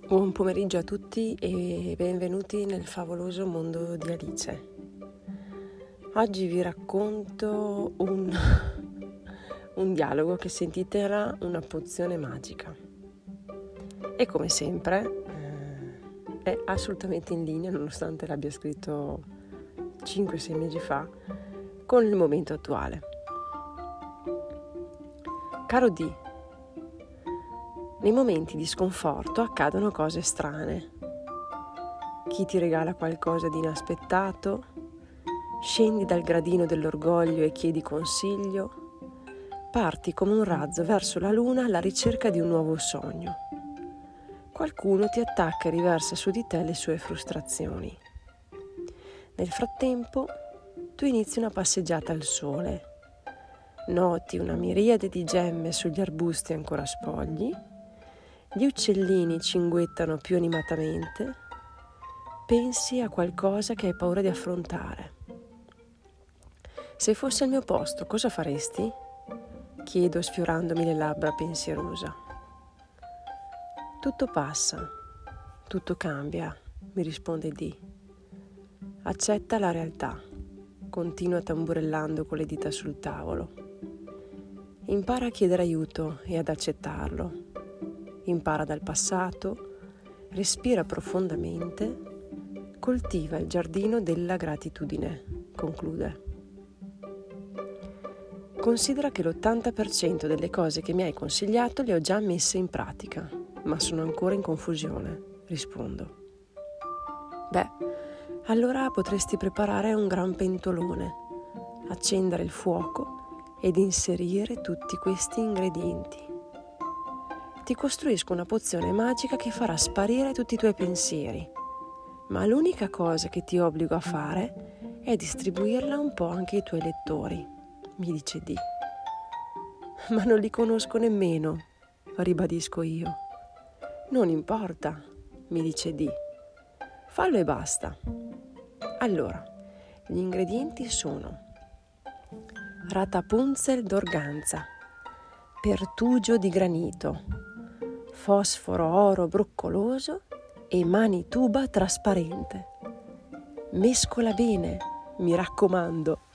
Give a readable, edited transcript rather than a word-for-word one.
Buon pomeriggio a tutti e benvenuti nel favoloso mondo di Alice. Oggi vi racconto un dialogo che si intitola Una pozione magica e come sempre è assolutamente in linea, nonostante l'abbia scritto 5-6 mesi fa, con il momento attuale. Caro D, nei momenti di sconforto accadono cose strane. Chi ti regala qualcosa di inaspettato, scendi dal gradino dell'orgoglio e chiedi consiglio, parti come un razzo verso la luna alla ricerca di un nuovo sogno. Qualcuno ti attacca e riversa su di te le sue frustrazioni. Nel frattempo, tu inizi una passeggiata al sole. Noti una miriade di gemme sugli arbusti ancora spogli. Gli uccellini cinguettano più animatamente. Pensi a qualcosa che hai paura di affrontare. Se fosse al mio posto, cosa faresti? Chiedo sfiorandomi le labbra pensierosa. Tutto passa, tutto cambia, mi risponde D. Accetta la realtà, continua tamburellando con le dita sul tavolo. Impara a chiedere aiuto e ad accettarlo. Impara dal passato, respira profondamente, coltiva il giardino della gratitudine, conclude. Considera che l'80% delle cose che mi hai consigliato le ho già messe in pratica, ma sono ancora in confusione, rispondo. Beh, allora potresti preparare un gran pentolone, accendere il fuoco ed inserire tutti questi ingredienti. Ti costruisco una pozione magica che farà sparire tutti i tuoi pensieri, ma l'unica cosa che ti obbligo a fare è distribuirla un po' anche ai tuoi lettori, mi dice D. Ma non li conosco nemmeno, ribadisco io. Non importa, mi dice D. Fallo e basta. Allora, gli ingredienti sono Ratapunzel d'organza, pertugio di granito, fosforo oro broccoloso e manituba trasparente. Mescola bene, mi raccomando.